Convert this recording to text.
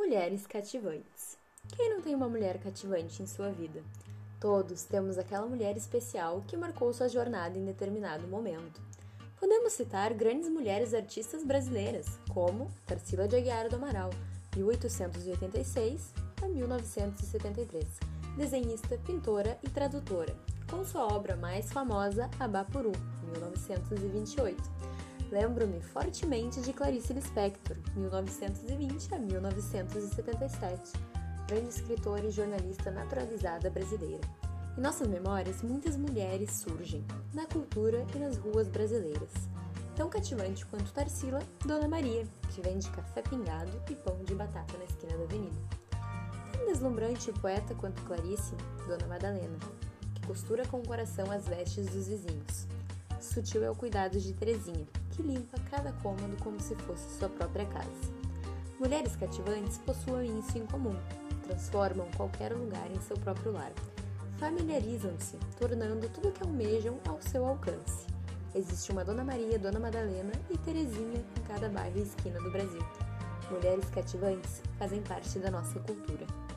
Mulheres cativantes. Quem não tem uma mulher cativante em sua vida? Todos temos aquela mulher especial que marcou sua jornada em determinado momento. Podemos citar grandes mulheres artistas brasileiras, como Tarsila de Aguiar do Amaral, 1886 a 1973, desenhista, pintora e tradutora, com sua obra mais famosa, Abapuru, 1928. Lembro-me fortemente de Clarice Lispector, 1920 a 1977, grande escritora e jornalista naturalizada brasileira. Em nossas memórias, muitas mulheres surgem, na cultura e nas ruas brasileiras. Tão cativante quanto Tarsila, Dona Maria, que vende café pingado e pão de batata na esquina da avenida. Tão deslumbrante e poeta quanto Clarice, Dona Madalena, que costura com o coração as vestes dos vizinhos. Sutil é o cuidado de Terezinha, que limpa cada cômodo como se fosse sua própria casa. Mulheres cativantes possuem isso em comum, transformam qualquer lugar em seu próprio lar. Familiarizam-se, tornando tudo o que almejam ao seu alcance. Existe uma Dona Maria, Dona Madalena e Terezinha em cada bairro e esquina do Brasil. Mulheres cativantes fazem parte da nossa cultura.